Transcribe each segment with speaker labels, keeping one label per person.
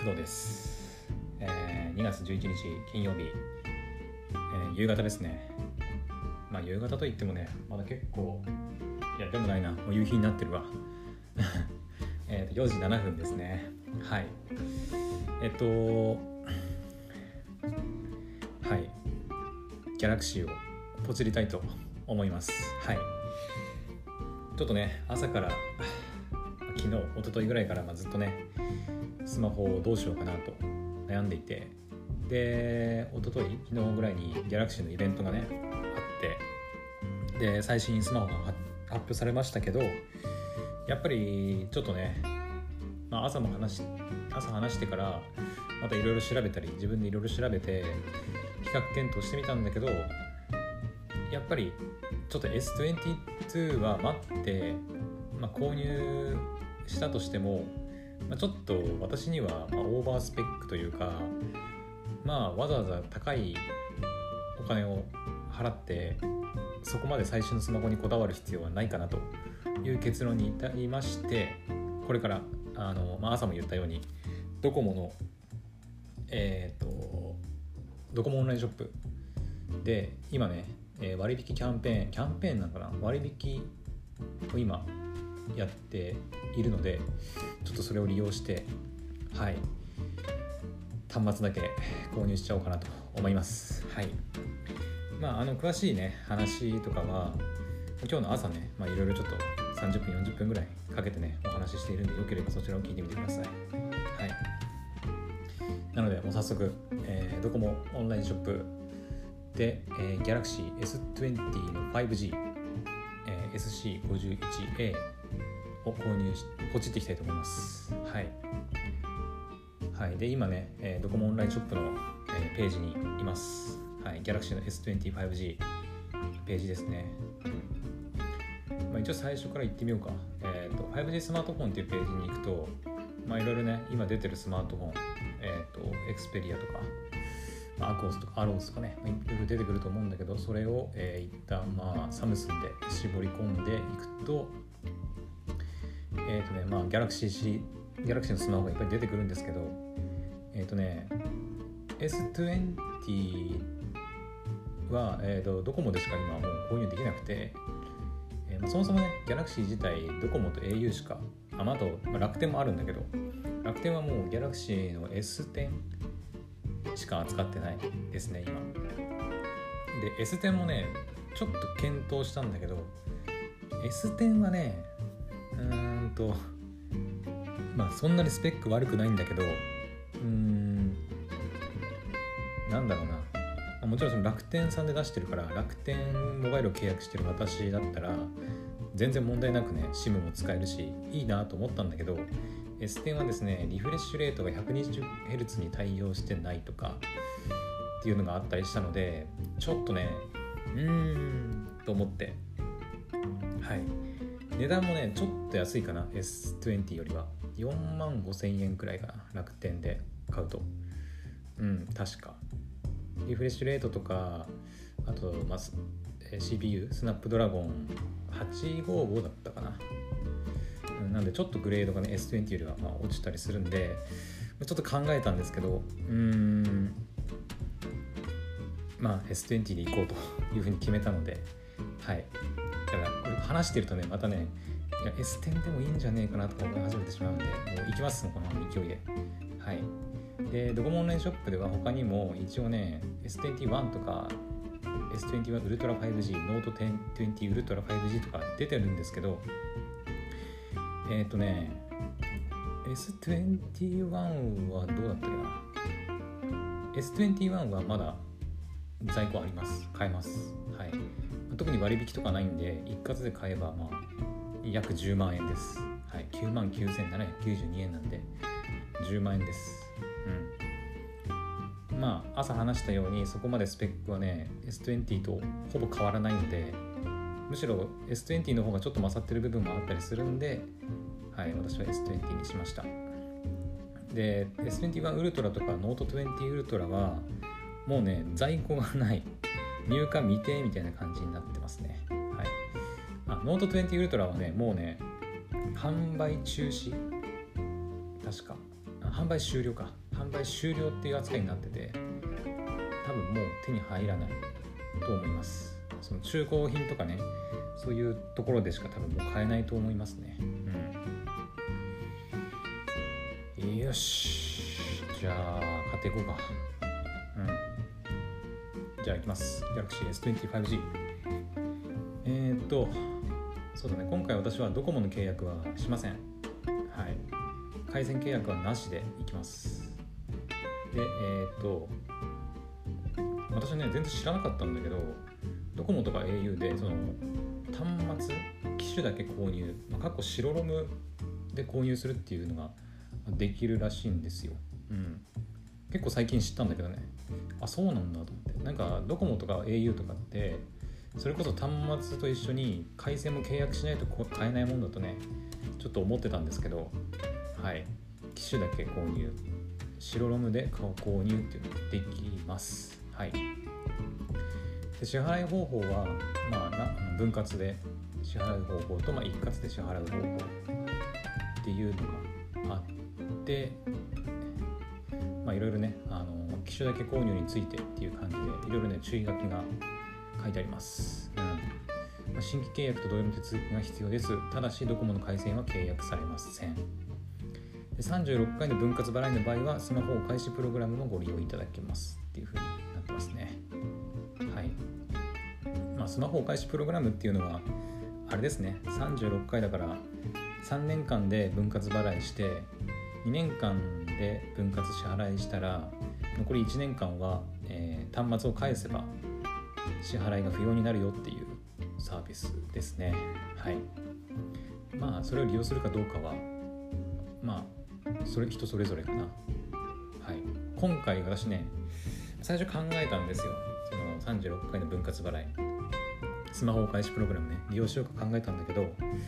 Speaker 1: 工藤です。2月11日金曜日、夕方ですね。夕方といってもね、まだ結構でもないな、もう夕日になってるわ。4時7分ですね。はい。ギャラクシーをポチりたいと思います。はい。ちょっとね、朝から昨日、一昨日ぐらいからずっとね、スマホをどうしようかなと悩んでいて、で、一昨日、昨日ぐらいにギャラクシーのイベントがね、あって、で、最新スマホが発表されましたけど、やっぱりちょっとね、朝話してからまたいろいろ調べたり、自分でいろいろ調べて比較検討してみたんだけど、やっぱりちょっと S22 は待って、購入したとしても、ちょっと私にはオーバースペックというか、わざわざ高いお金を払ってそこまで最新のスマホにこだわる必要はないかなという結論に至りまして、これから朝も言ったようにドコモのドコモオンラインショップで今ね、割引キャンペーンなのかな、割引を今やっているので、ちょっとそれを利用して端末だけ購入しちゃおうかなと思います。はい。詳しいね話とかは今日の朝ね、いろいろちょっと30分40分ぐらいかけてねお話ししているんで、よければそちらを聞いてみてください。はい。なのでもう早速、ドコモオンラインショップで、Galaxy S20 の 5G、SC51A を購入しポチっていきたいと思います。はい。で今ね、ドコモオンラインショップの、ページにいます。はい。Galaxy の S20 5G ページですね。一応最初から行ってみようか。5G スマートフォンっていうページに行くと、いろいろね今出てるスマートフォン、Xperia とかアコースとかアロースとかね、いろいろ出てくると思うんだけど、それを、一旦サムスンで絞り込んでいくと、ギャラクシーのスマホがいっぱい出てくるんですけど、S20 は、ドコモでしか今もう購入できなくて、そもそもねギャラクシー自体ドコモと au しか、あと、楽天もあるんだけど、楽天はもうギャラクシーの S10 しか扱ってないですね今で。 S10 もねちょっと検討したんだけど、 S10 はねそんなにスペック悪くないんだけど、なんだろうな、もちろんその楽天さんで出してるから、楽天モバイルを契約してる私だったら全然問題なくね SIM も使えるしいいなと思ったんだけど、 S10 はですねリフレッシュレートが 120Hz に対応してないとかっていうのがあったりしたので、ちょっとねと思って、値段もねちょっと安いかな、 S20 よりは45,000円くらいかな、楽天で買うと。確かリフレッシュレートとか、あと、CPU スナップドラゴン855だったかな、なんでちょっとグレードがね S20 よりは落ちたりするんで、ちょっと考えたんですけど、S20 でいこうというふうに決めたので、だからこれ話してるとねまたね、S10 でもいいんじゃねえかなとか思い始めてしまうんで、もう行きますこの勢いで。でドコモオンラインショップでは他にも一応ね S21 とか S21 ウルトラ 5G、 ノート1020ウルトラ 5G とか出てるんですけど、S21 はどうだったっけな。 S21 はまだ在庫あります。買えます。特に割引とかないんで、一括で買えば約10万円です。99,792 円なんで10万円です。朝話したようにそこまでスペックはね S20 とほぼ変わらないので、むしろ S20 の方がちょっと勝ってる部分もあったりするんで、私は S20 にしました。で S21 ウルトラとかノート20ウルトラはもうね在庫がない、入荷未定みたいな感じになってますね。ノート20ウルトラはねもうね販売中止、確か販売終了っていう扱いになってて、多分もう手に入らないと思います。その中古品とかね、そういうところでしか多分もう買えないと思いますね。よし、じゃあ買っていこうか。じゃあいきます。 Galaxy S25G。 そうだね、今回私はドコモの契約はしません。回線契約はなしでいきます。で私はね全然知らなかったんだけど、ドコモとか au でその端末機種だけ購入、白ロムで購入するっていうのができるらしいんですよ。結構最近知ったんだけどね、そうなんだと思って。なんかドコモとか au とかってそれこそ端末と一緒に回線も契約しないと買えないものだとねちょっと思ってたんですけど、機種だけ購入、白ロムで購入っていうのができます。で支払い方法は、分割で支払う方法と、一括で支払う方法っていうのがあって、いろいろね機種だけ購入についてっていう感じでいろいろね注意書きが書いてあります。新規契約と同様の手続きが必要です。ただしドコモの回線は契約されません。で36回の分割払いの場合はスマホお返しプログラムもご利用いただけますっていう風になってますね。スマホお返しプログラムっていうのはあれですね、36回だから3年間で分割払いして2年間で分割支払いしたら残り1年間は、端末を返せば支払いが不要になるよっていうサービスですね。それを利用するかどうかは人それぞれかな。今回私ね最初考えたんですよ。その36回の分割払いスマホお返しプログラムね利用しようか考えたんだけど、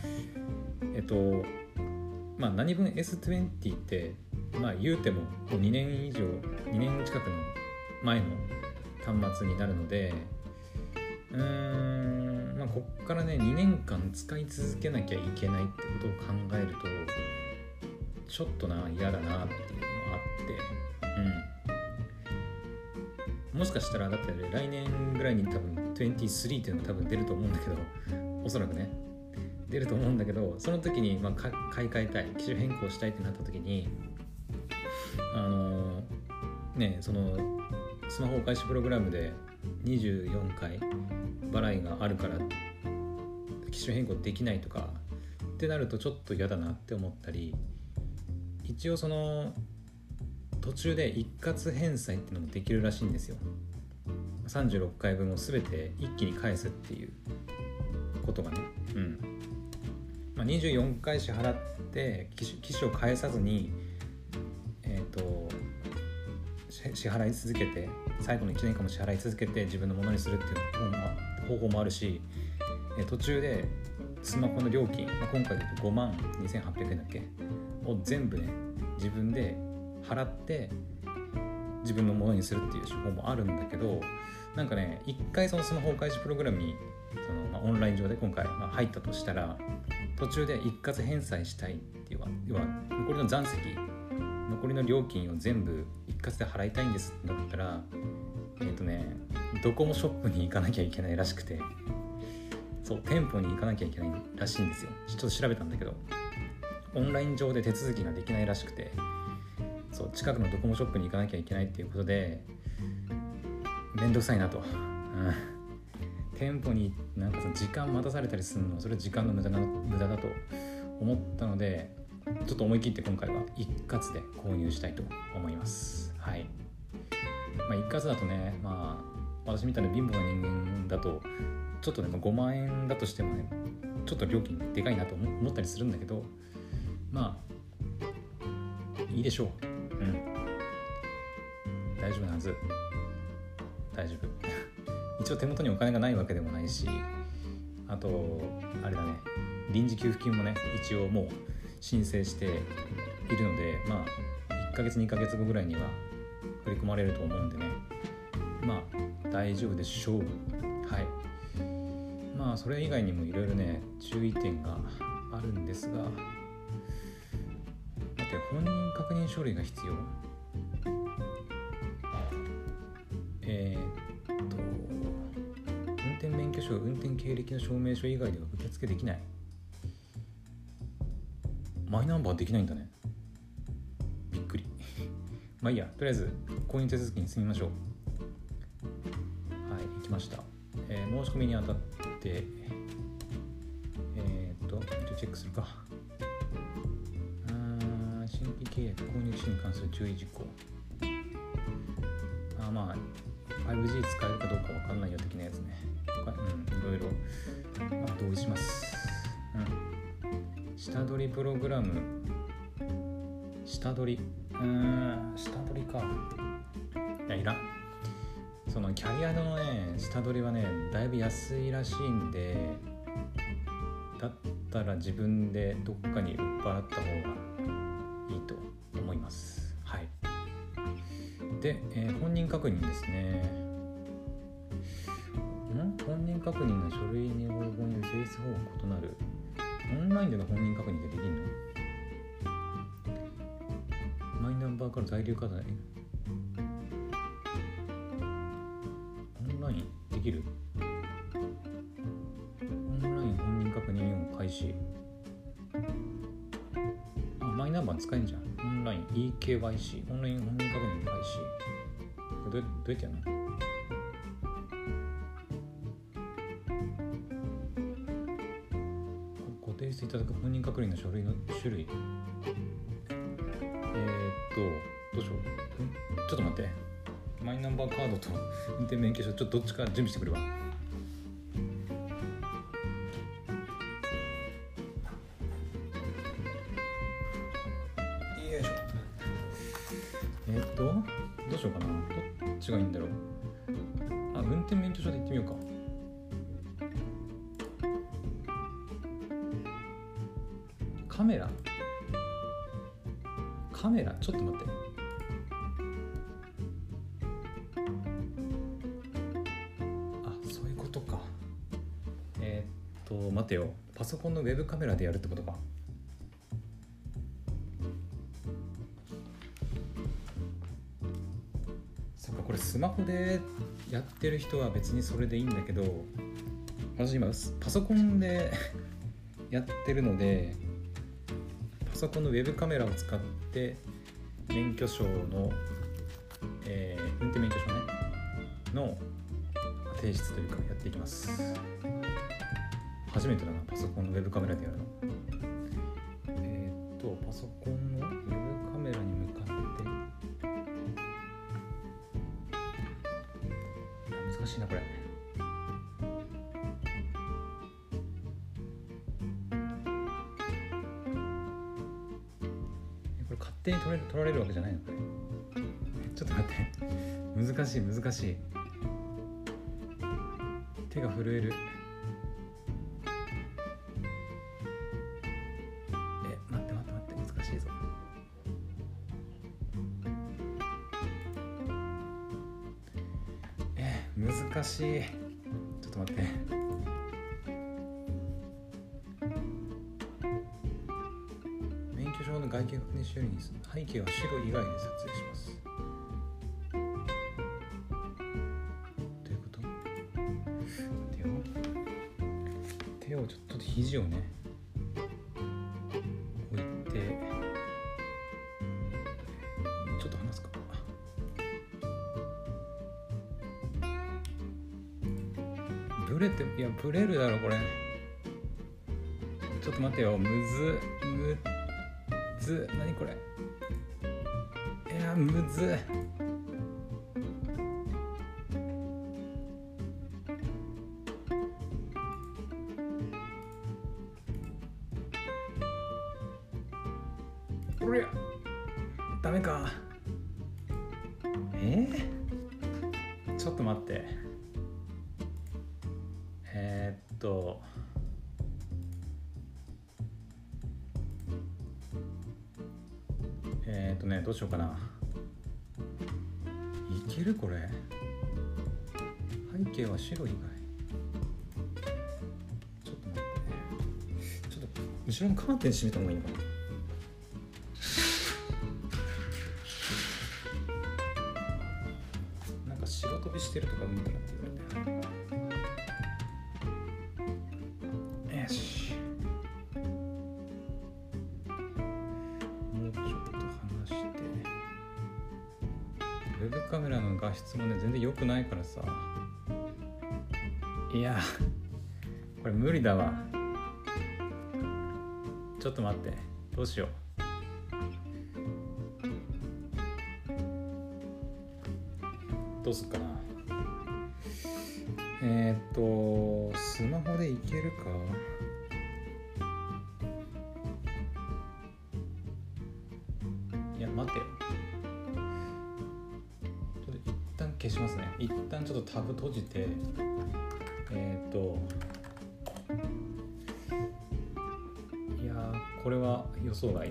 Speaker 1: 何分 S20 って言うても2年近くの前の端末になるので、こっからね2年間使い続けなきゃいけないってことを考えるとちょっと嫌だなっていうのもあって、もしかしたらだって来年ぐらいに多分23っていうのが多分出ると思うんだけど、おそらくね出ると思うんだけど、その時に買い替えたい、機種変更したいってなった時にそのスマホお返しプログラムで24回払いがあるから機種変更できないとかってなるとちょっと嫌だなって思ったり、一応その途中で一括返済っていうのもできるらしいんですよ。36回分を全て一気に返すっていうことがね、24回支払って機種を返さずに支払い続けて最後の1年間も支払い続けて自分のものにするっていう方法もあるし、途中でスマホの料金、今回で言うと52,800円だっけを全部ね自分で払って自分のものにするっていう手法もあるんだけど、一回そのスマホお返しプログラムにオンライン上で今回入ったとしたら途中で一括返済したいっていう要は残りの残席残りの料金を全部一括で払いたいんですってなったらドコモショップに行かなきゃいけないらしくて、店舗に行かなきゃいけないらしいんですよ。ちょっと調べたんだけどオンライン上で手続きができないらしくて、近くのドコモショップに行かなきゃいけないっていうことでめんどくさいなと、店舗にその時間待たされたりするのそれ時間の無駄だと思ったのでちょっと思い切って今回は一括で購入したいと思います。一括だとね私みたいな貧乏な人間だとちょっと5万円だとしてもねちょっと料金でかいなと思ったりするんだけどいいでしょう。大丈夫なはず。大丈夫一応手元にお金がないわけでもないし、あとあれだね臨時給付金もね一応もう申請しているので1ヶ月2ヶ月後ぐらいには振り込まれると思うんでね大丈夫でしょう。それ以外にもいろいろね注意点があるんですが、待てよ本人確認書類が必要。運転免許証、運転経歴の証明書以外では受付できない。マイナンバーできないんだね。びっくり。まあいいや、とりあえず購入手続きに進みましょう。はい、行きました。申し込みにあたってチェックするか。新規契約購入機種に関する注意事項。まあ 5G 使えるかどうかわかんないよ的なやつね。いろいろ、同意します。下取りプログラム。下取りか。いらん。そのキャリアのね、下取りはね、だいぶ安いらしいんで、だったら自分でどっかに売っ払った方がいいと思います。はい。で、本人確認ですね。本人確認の書類に応募による提出方法が異なる。オンラインでの本人確認ってできるの？マイナンバーから在留カードオンラインできる？オンライン本人確認を開始。マイナンバー使えんじゃん。オンライン EKYC オンライン本人確認開始。これどうやってやるの？ご提出いただく本人確認の書類の種類。どうしよう。ちょっと待って。マイナンバーカードと運転免許証、ちょっとどっちか準備してくるわ。よいしょ。どうしようかな。どっちがいいんだろう。運転免許証で行ってみようか。カメラ、ちょっと待って。そういうことか。待てよ。パソコンのウェブカメラでやるってことか。そっか、これスマホでやってる人は別にそれでいいんだけど、私今パソコンでやってるので、パソコンのウェブカメラを使って免許証の、運転免許証ねの提出というかやっていきます。初めてだな、パソコンのウェブカメラでやるの。パソコンのウェブカメラに向かって難しいなこれ。勝手に撮られるわけじゃないのこれ。ちょっと待って、難しい。手が震える。待って難しいぞ。難しい。ちょっと待って。免許証の外見確認しように背景は白以外で撮影します。どういうこと？手をちょっと肘をね置いて、ちょっと離すか。ブレるだろこれ。ちょっと待ってよ。むず何これ。むず。これダメか。ちょっと待って。どうしようかな。いけるこれ。背景は白以外。ちょっと待って。ちょっと後ろのカーテン閉めた方がいいのかな。 ウェブカメラの画質もね全然良くないからさ、いやこれ無理だわ。ちょっと待って、どうしよう。どうすっかな。スマホでいけるか。いや待ってよ、ちょっと一旦消しますね。一旦ちょっとタブ閉じて、いやこれは予想外。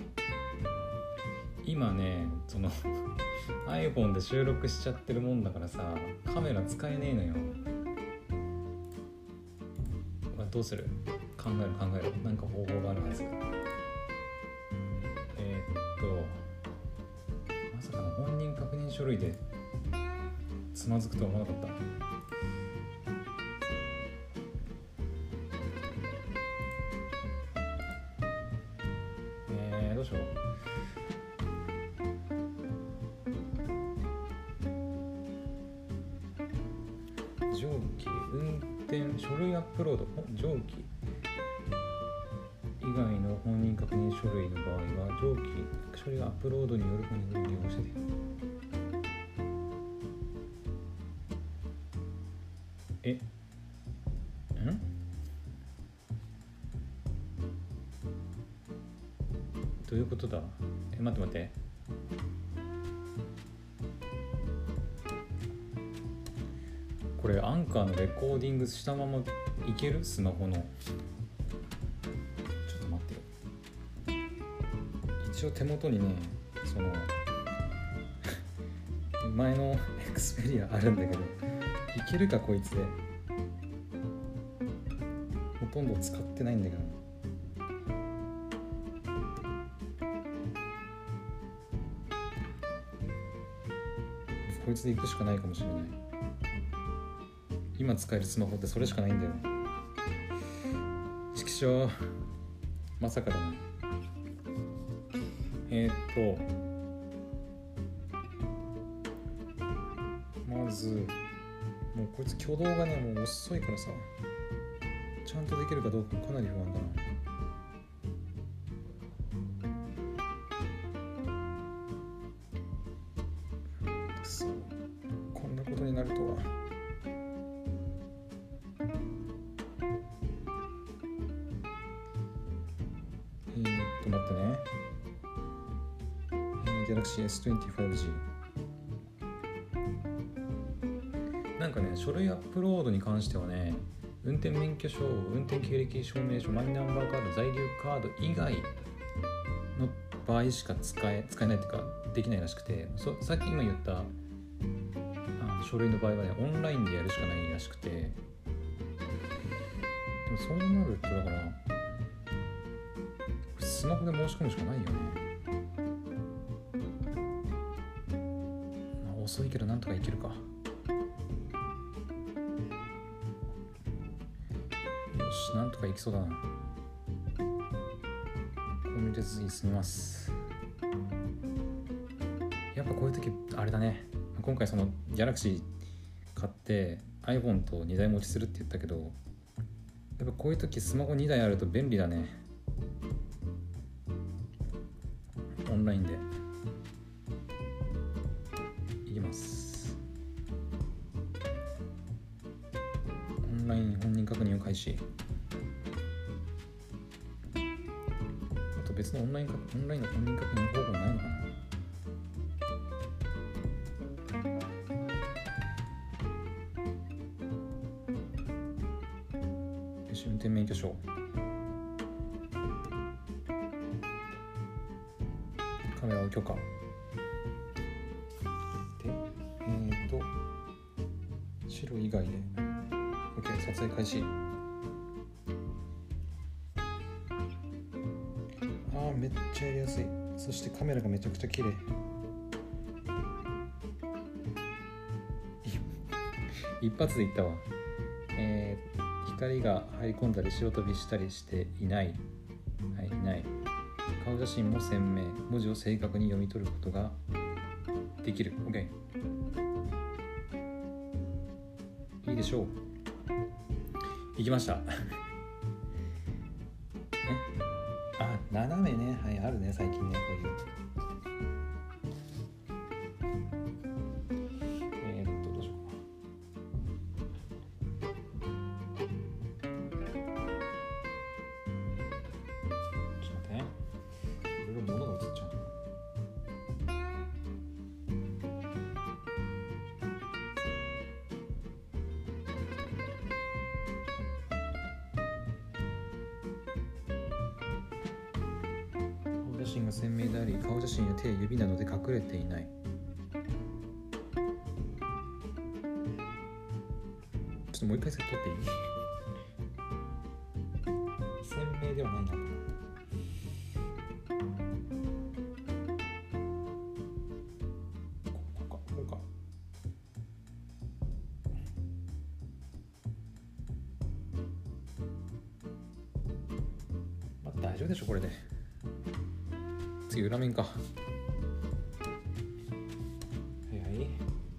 Speaker 1: 今ねそのiPhone で収録しちゃってるもんだからさ、カメラ使えねえのよ。どうする？考えろ。なんか方法があるはず。まさかの本人確認書類でつまずくとは思わなかった。どうしよう。上記運転書類アップロード、上記以外の本人確認書類の場合は上記書類アップロードによる本人を利用してどういうことだ。待って。これアンカーのレコーディングしたままいける？スマホの。ちょっと待ってよ。一応手元にね、その前のエクスペリアあるんだけど、いけるかこいつで。ほとんど使ってないんだけど。こいつで行くしかないかもしれない。今使えるスマホってそれしかないんだよ。ちくしょう、まさかだな。まずもうこいつ挙動がねもう遅いからさ、ちゃんとできるかどうかかなり不安だな。こんなことになるとは。待ってね。Galaxy S25G。なんかね、書類アップロードに関してはね、運転免許証、運転経歴証明書、マイナンバーカード、在留カード以外の場合しか使えないっていうかできないらしくて、さっき今言った書類の場合はね、オンラインでやるしかないらしくて、でもそうなるとだからスマホで申し込むしかないよね。遅いけどなんとかいけるか。よし、なんとかいきそうだな。コミュニティ続き進みます。やっぱこういう時あれだね。今回その Galaxy 買って iPhone と2台持ちするって言ったけど、やっぱこういう時スマホ2台あると便利だね。オンラインでいきます。オンライン本人確認を開始。あと別のオンラインの本人確認方法ないのかな。よし、運転免許証。カメラを許可。で、白以外で OK、 撮影開始。めっちゃやりやすい。そしてカメラがめちゃくちゃ綺麗。一発でいったわ。光が入り込んだり白飛びしたりしていない、はい、いない。顔写真も鮮明、文字を正確に読み取ることができる。 OK、 いいでしょう。行きました斜めね、はい、あるね最近ね、こういう。どうしようかな。ちょっと待ってね、いろいろ物が映っちゃう。顔写真が鮮明であり、顔写真や手、指などで隠れていない。ちょっともう一回撮っていい？鮮明ではないな。こうか。まあ、大丈夫でしょこれで。次裏面か。はいはい。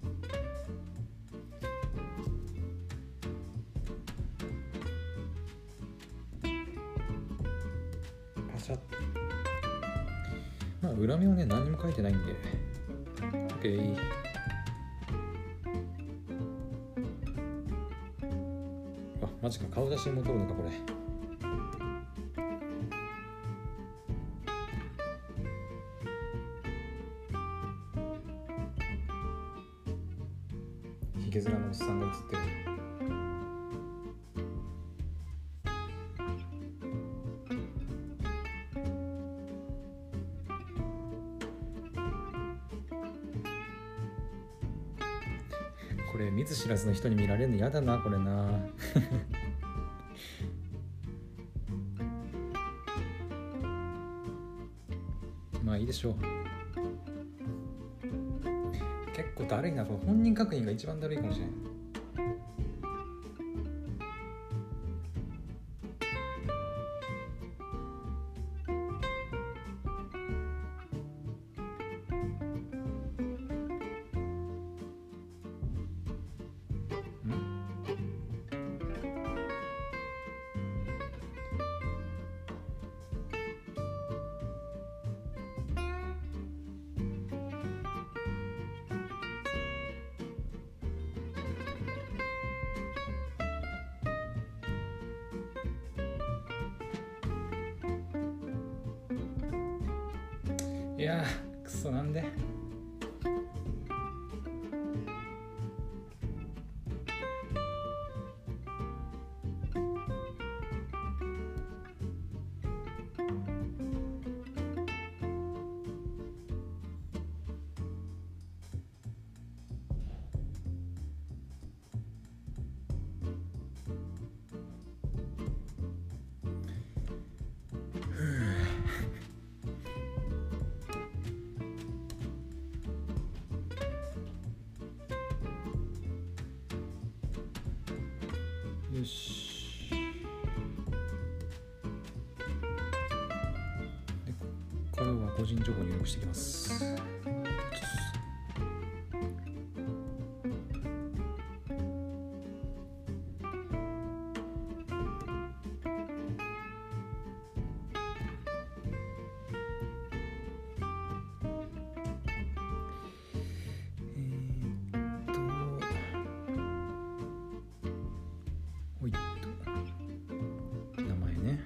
Speaker 1: パシャッ。まあ裏面はね何にも書いてないんで OK。 マジか、顔写真も撮るのかこれ。ヒゲ面のおっさんが写ってる。これ見ず知らずの人に見られるの嫌だな、これなまあいいでしょう。結構だるいな、これ本人確認が一番だるいかもしれない。いやー、くそ、なんで。よし。で、ここからは個人情報入力していきます。名前ね。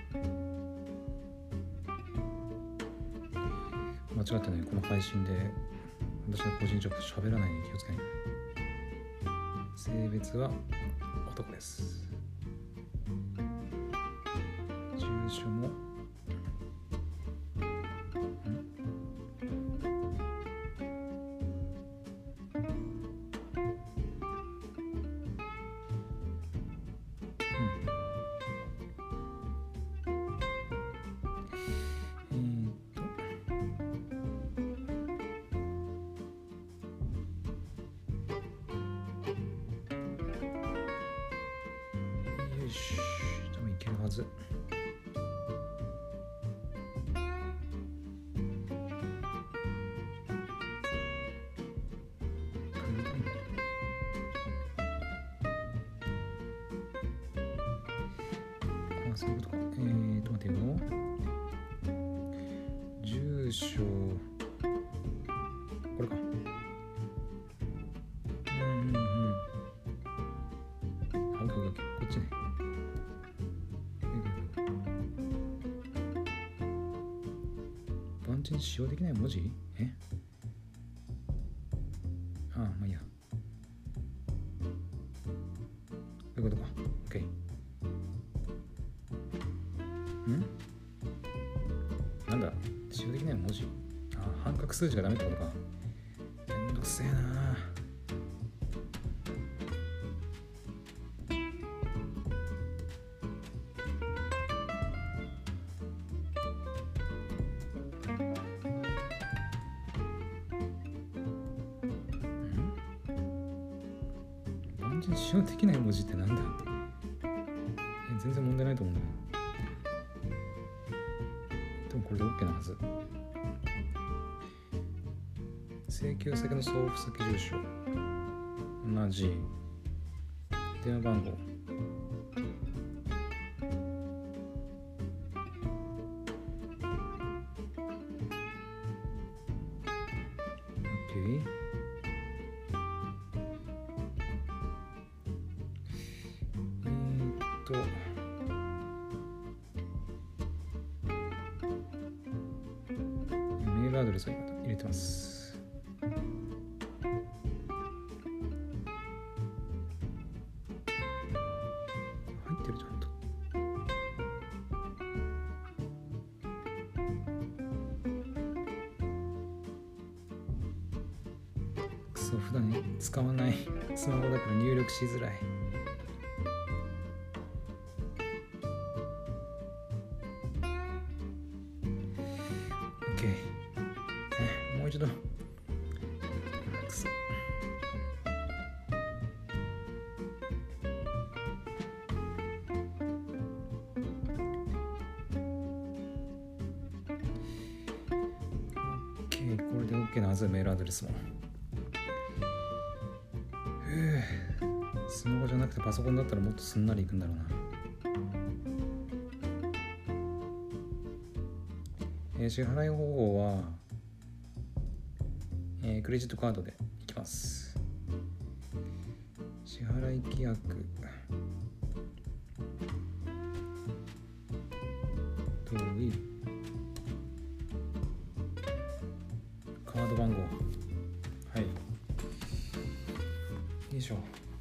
Speaker 1: 間違ってね、この配信で私の個人情報喋らないように気をつけない。性別は男です。住所も多分いけるはず。 そういうことか。待てよ。住所、これか。オッケー。こっちね。番地に使用できない文字？まあいいや。こういうことか。OK。なんだ、使用できない文字？半角数字がダメってことか。めんどくせえな。番地に使用できない文字ってなんだ？全然問題ないと思うんだよ。でもこれで OK なはず。請求先の送付先住所同じ、電話番号OK。メールアドレスを入れてます。入ってるちゃんと。普段使わないスマホだから入力しづらい。OK。もう一度。これで OK なはず。メールアドレスも。スマホじゃなくてパソコンだったらもっとすんなりいくんだろうな。支払い方法は、クレジットカードでいきます。支払い規約同意カード番号、はい、よいしょ。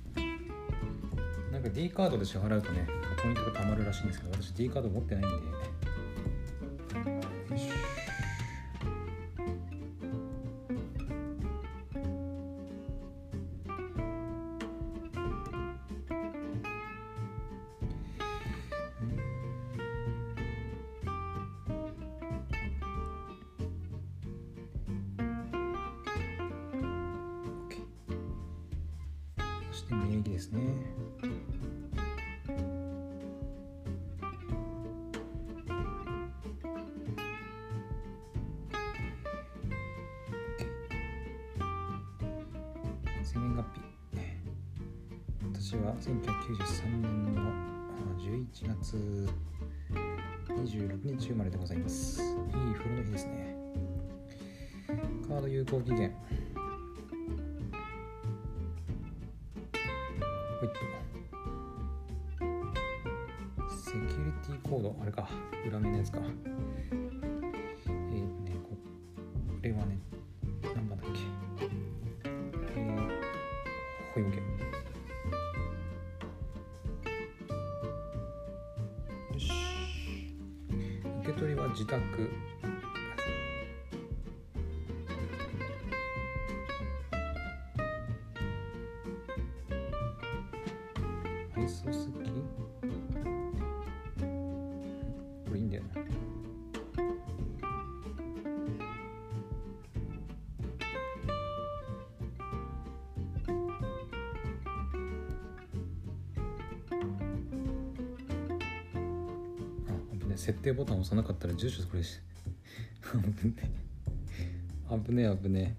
Speaker 1: なんか D カードで支払うとね、ポイントがたまるらしいんですけど、私 D カード持ってないんで、よいしょ。そして名義ですね。生年月日。私は1993年の11月26日生まれでございます。いい風呂の日ですね。カード有効期限。セキュリティコード、あれか、裏面のやつか。これはね、何番だっけ。ほい OK。よし。受け取りは自宅。配送先？これいいんだよな。設定ボタン押さなかったら住所これし危ねえ。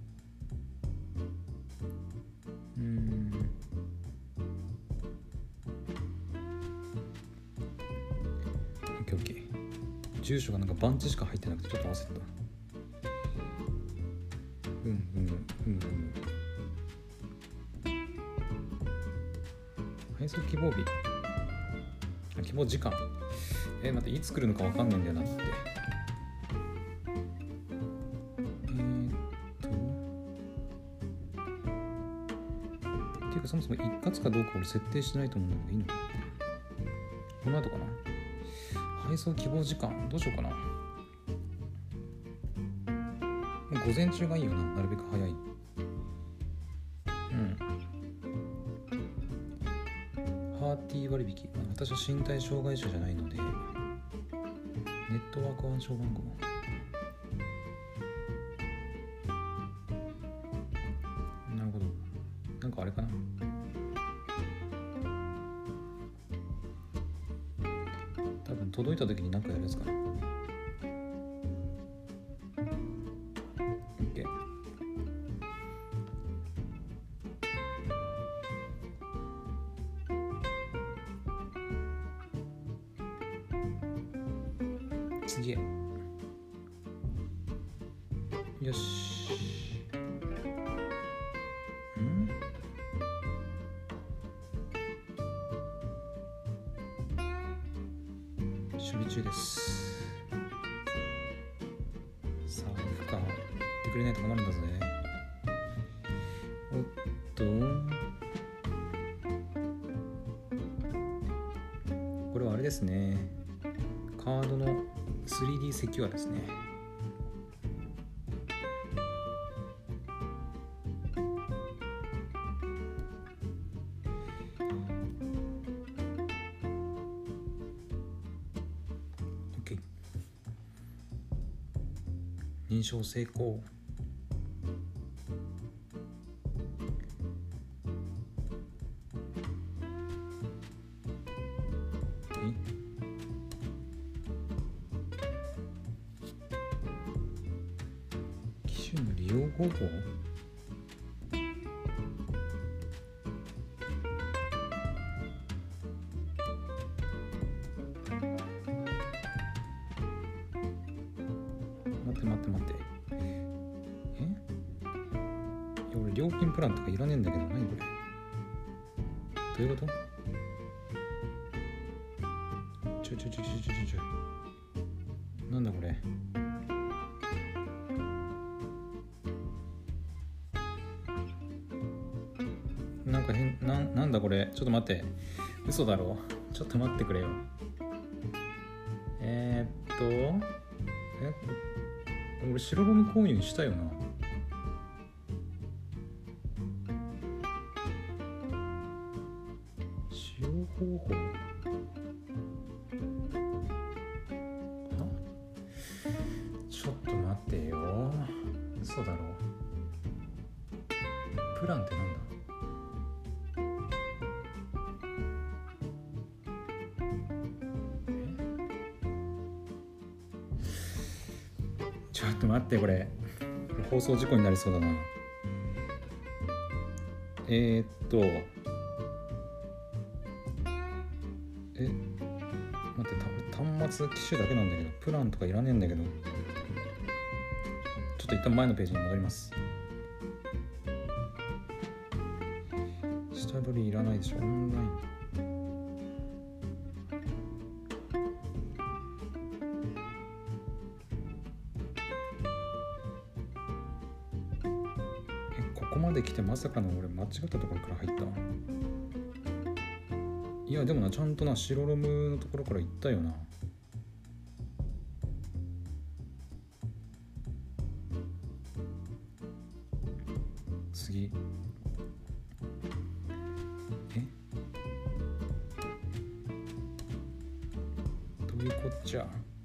Speaker 1: ケーオッケー。住所がなんか番地しか入ってなくてちょっと焦った。配送希望日、希望時間、待って、いつ来るのか分かんないんだよなって。っていうかそもそも一括かどうか俺設定してないと思うんだけどいいのかな。この後かな。配送希望時間どうしようかな。もう午前中がいいよな、なるべく早い。パーティー割引、私は身体障害者じゃないので、ネットワーク暗証番号、なるほど。なんかあれかな、多分届いた時に何かやるやつかな。OK。次へ。よし。守備中です。さあ、行くか。行ってくれないと困るんだぜ。おっと。これはあれですね。カードの 3D セキュアですね。OK。認証成功。機種の利用方法？待って。いや俺料金プランとかいらねえんだけど、何これ？どういうこと？なんだこれ？なんかなんだこれ？ちょっと待って。嘘だろ？ちょっと待ってくれよ。俺白ロム購入したよな。使用方法？ちょっと待ってよ。嘘だろ。プランってなんだ？ちょっと待って、これ放送事故になりそうだな。待って、端末機種だけなんだけど、プランとかいらねえんだけど、ちょっと一旦前のページに戻ります。下取りいらないでしょ、オンライン。ここまで来てまさかの俺間違ったところから入った。いやでもな、ちゃんとな、白ロムのところから行ったよな。次。どういうこっちゃ。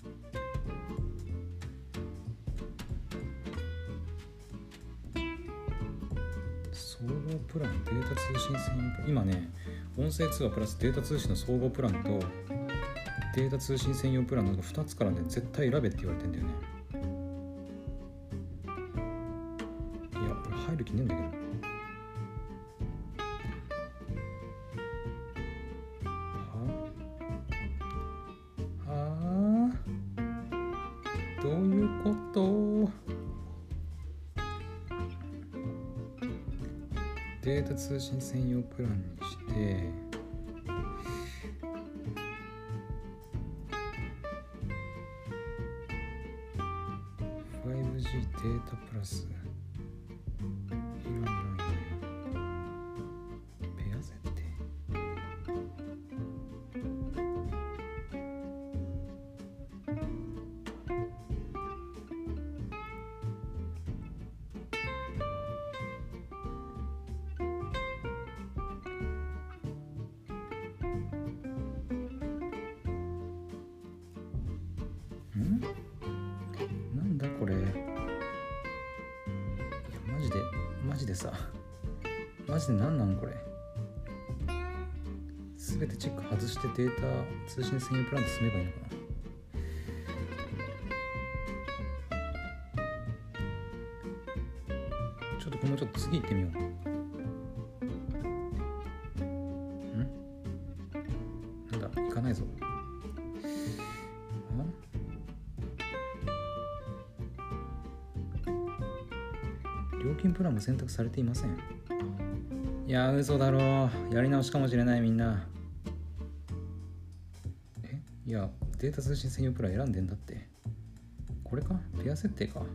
Speaker 1: 総合プラン、データ通信専用プラン。今ね、音声通話プラスデータ通信の総合プランとデータ通信専用プランの2つからね、絶対選べって言われてんだよね。いや、俺入る気ねえんだけど。はこと。データ通信専用プランにして5G データプラスペア設定。なんだこれ。いやマジでさ、マジで何なのこれ。すべてチェック外してデータ通信専用プランで進めばいいのかな。ちょっともうちょっと次行ってみよう。なんだ、行かないぞ。料金プランも選択されていません。いや嘘だろう。やり直しかもしれない。みんな。いやデータ通信専用プラン選んでんだって。これか、ペア設定か。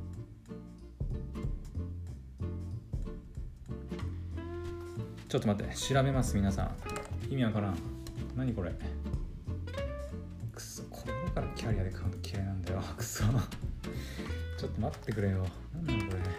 Speaker 1: ちょっと待って、調べます。皆さん意味わからん。何これ。くそ、これだからキャリアで買うの嫌いなんだよ。くそちょっと待ってくれよ。なんだこれ。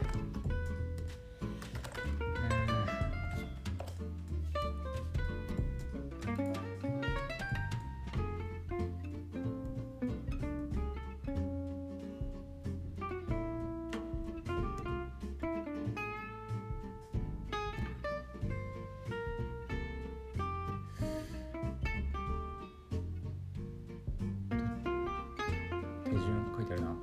Speaker 1: 手順書いてあるな。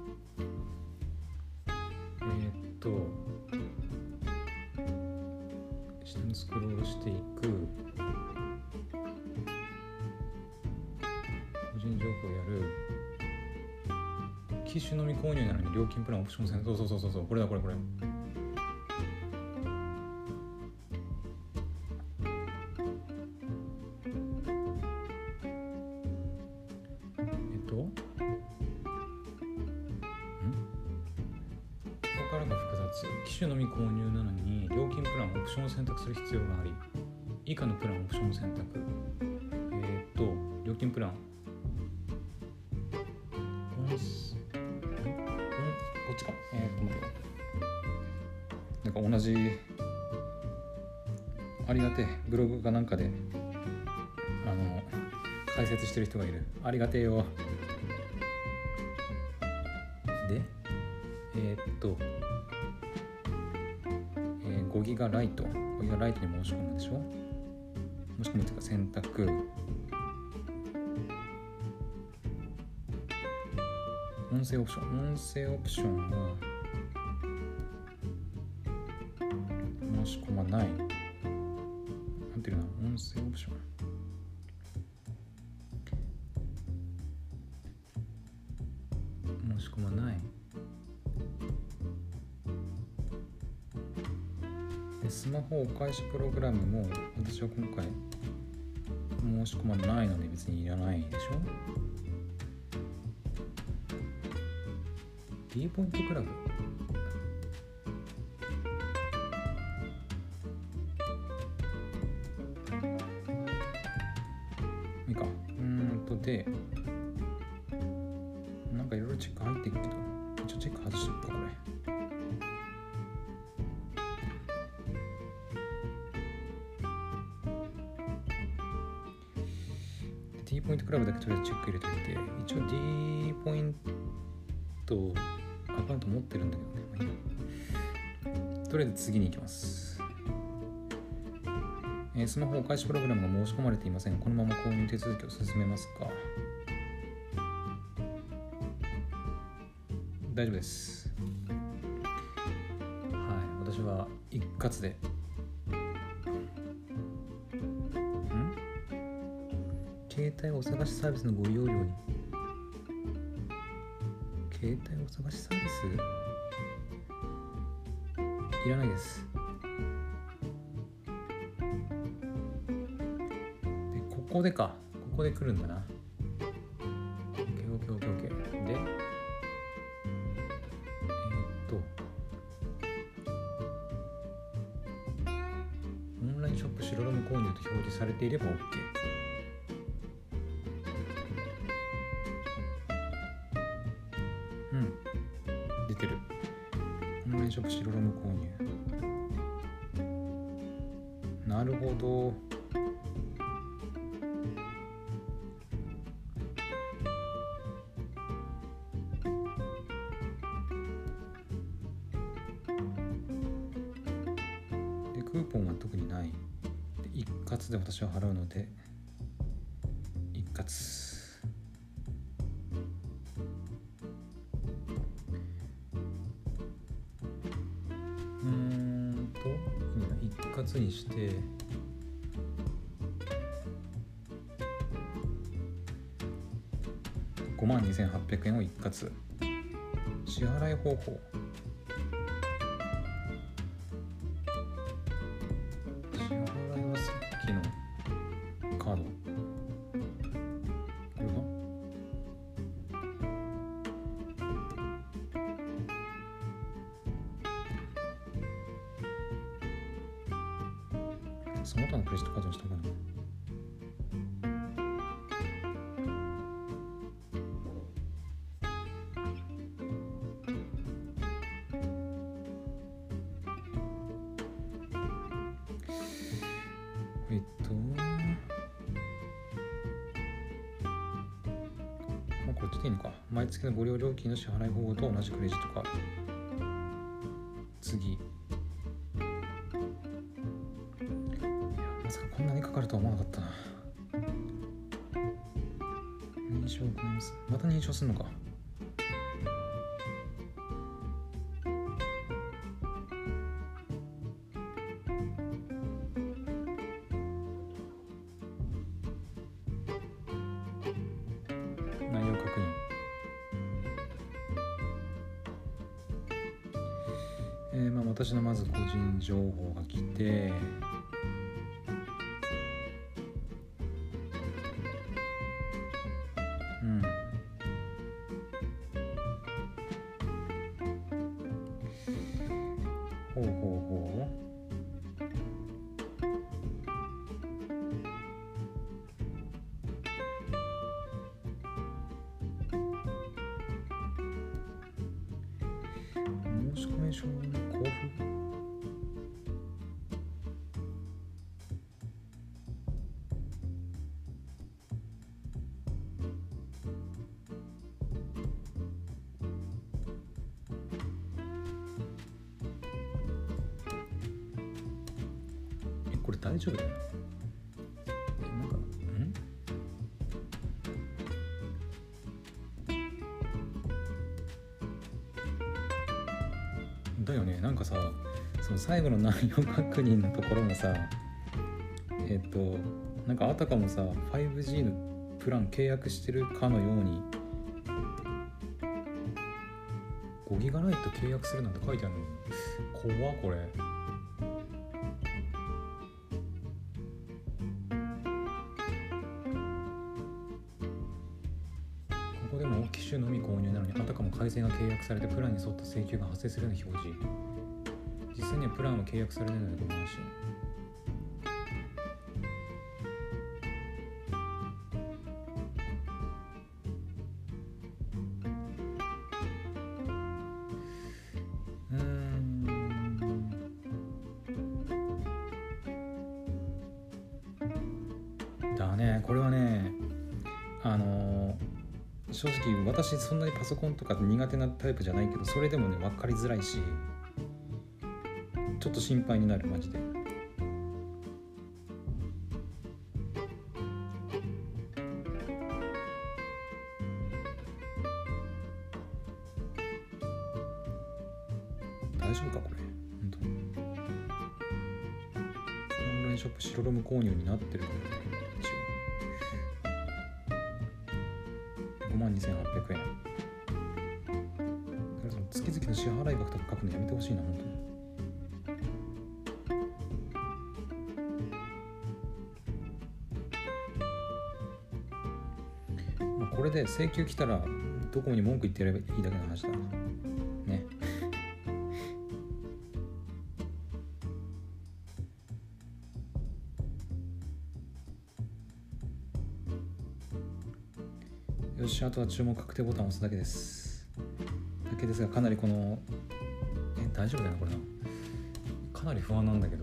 Speaker 1: 下にスクロールしていく。個人情報やる。機種のみ購入なのに料金プランオプション選択。そうこれだこれ。ここからが複雑。機種のみ購入なのに料金プランオプションを選択する必要があり、以下のプランオプションを選択。料金プランこっちか。なんか同じありがてえブログかなんかで解説してる人がいる。ありがてえよ。で5ギガライトに申し込むでしょ。申し込むというか選択。音声オプションは申し込まない。なんていうの、音声オプション。申し込まない。でスマホお返しプログラムも私は今回申し込まないので別にいらないでしょ。D ポイントクラブいいか。でなんかいろいろチェック入っていくけど、一応チェック外しておくか。これD ポイントクラブだけとりあえずチェック入れておいて、一応 D ポイントアカウント持ってるんだけどね。まあいいや。とりあえず次に行きます。スマホお返しプログラムが申し込まれていません。このまま購入手続きを進めますか。大丈夫です。はい、私は一括で携帯お探しサービスのご利用料に携帯お探しサービスいらないです。でここで来るんだな。OK。でオンラインショップ白ロム購入と表示されていれば OK。出てる。オンラインショップ白ロム購入。なるほど。でクーポンは特にない。で一括で私は払うので一括。一括にして52,800円を一括。支払い方法、支払いはさっきのカード、これがその他のクレジットカードにした方がいいのかな。これでいいのか。毎月のご利用料金の支払い方法と同じクレジットカード。次。いや、まさかこんなにかかるとは思わなかったな。認証を行います。また認証するのか。内容確認。私のまず個人情報が来て、ほう申込書の交付。これ大丈夫だよな。なんかだよね。なんかさ、その最後の内容確認のところもさ、なんかあたかもさ 5G のプラン契約してるかのように5ギガライト契約するなんて書いてあるの。怖っこれ。ここでも機種のみ購入なのにあたかも回線が契約されてプランに沿った請求が発生するような表示。実際にはプランは契約されないのでご安心。だね、これはね、正直私そんなにパソコンとか苦手なタイプじゃないけど、それでもね分かりづらいし、ちょっと心配になるマジで。大丈夫かこれ。本当にオンラインショップ白ロム購入になってるからね。一応52,800円。 支払い額とか書くのやめてほしいな、本当に。これで請求来たらドコモに文句言ってやればいいだけの話だね。よし、あとは注文確定ボタンを押すだけですが、かなりこの大丈夫だよなこれな。かなり不安なんだけど。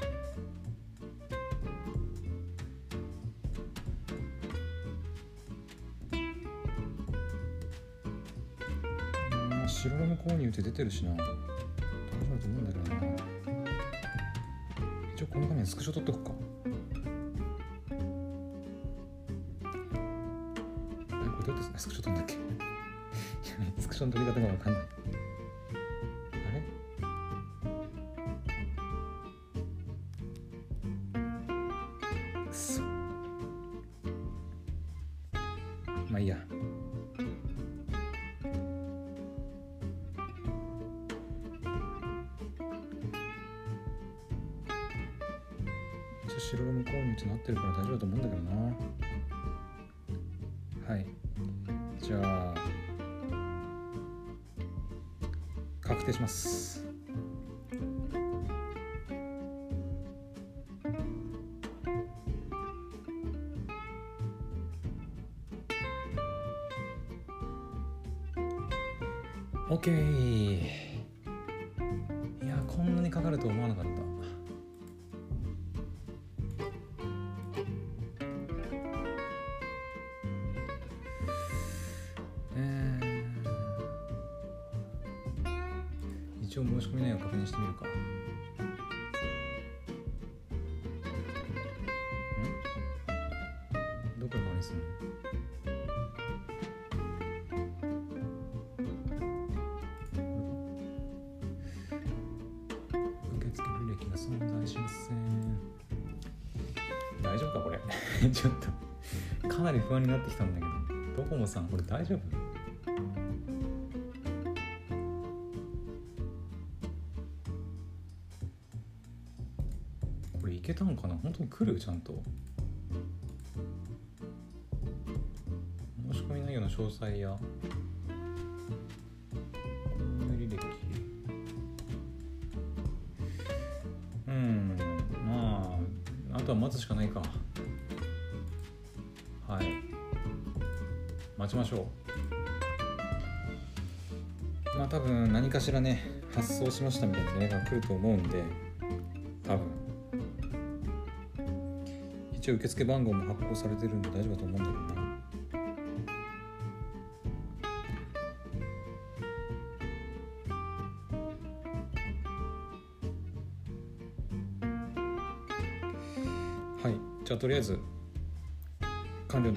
Speaker 1: 白ロム購入って出てるしな、大丈夫だと思うんだけどな。一応この画面スクショ撮っとくか。これどうやってスクショ撮るんだっけスクショの撮り方が分かんない。あれくそ、まあいいや。白ロム購入ってなってるから大丈夫だと思うんだけどな。はい、じゃあ確定します。OK。 いや、こんなにかかると思わなかった。一応申し込み内容を確認してみるか。どこから確認するの？受付履歴が存在しません。大丈夫かこれちょっとかなり不安になってきたんだけど、ドコモさんこれ大丈夫？これいけたのかな？本当に来る？ちゃんと申し込み内容の詳細や購入履歴、まああとは待つしかないか。はい、待ちましょう。まあ多分何かしらね、発送しましたみたいな連絡が来ると思うんで、多分一応受付番号も発行されてるんで大丈夫だと思うんだけどな。はい、じゃあとりあえず完了です。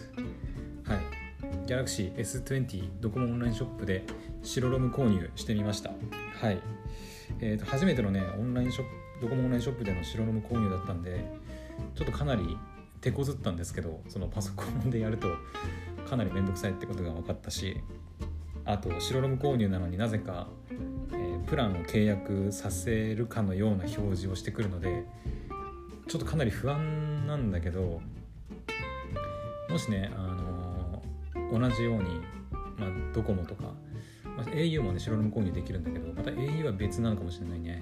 Speaker 1: はい、Galaxy S20 ドコモオンラインショップで白ロム購入してみました。はい、初めてのねオンラインショップ、ドコモオンラインショップでの白ロム購入だったんで、ちょっとかなり手こずったんですけど、そのパソコンでやるとかなりめんどくさいってことが分かったし、あと白ロム購入なのになぜか、プランを契約させるかのような表示をしてくるので、ちょっとかなり不安なんだけど、もしね、同じように、ドコモとか、au もね白ロム購入できるんだけど、また au は別なのかもしれないね。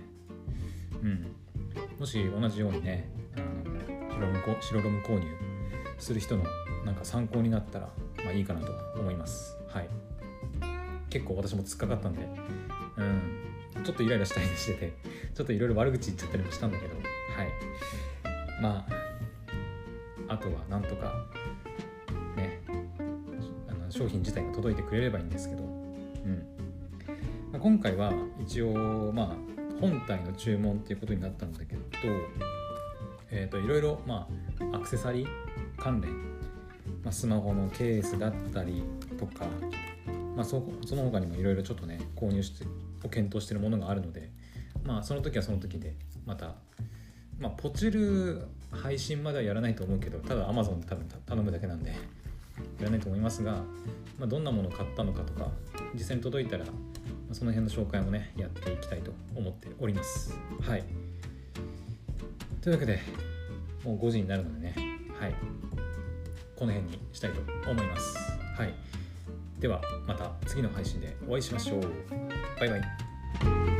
Speaker 1: もし同じようにね、白ロム購入する人のなんか参考になったら、いいかなと思います。はい、結構私も突っかかったんで、ちょっとイライラしたりしてて、ちょっといろいろ悪口言っちゃったりもしたんだけど、はい、あとはなんとかね、商品自体が届いてくれればいいんですけど、今回は一応本体の注文っていうことになったんだけど、いろいろアクセサリー関連、スマホのケースだったりとか、その他にもいろいろちょっとね購入して検討しているものがあるので、その時はその時でまたポチる配信まではやらないと思うけど、ただ Amazon で多分頼むだけなんでやらないと思いますが、どんなものを買ったのかとか、実際に届いたらその辺の紹介もねやっていきたいと思っております。はい。というわけでもう5時になるのでね、はい、この辺にしたいと思います。はい。ではまた次の配信でお会いしましょう。バイバイ。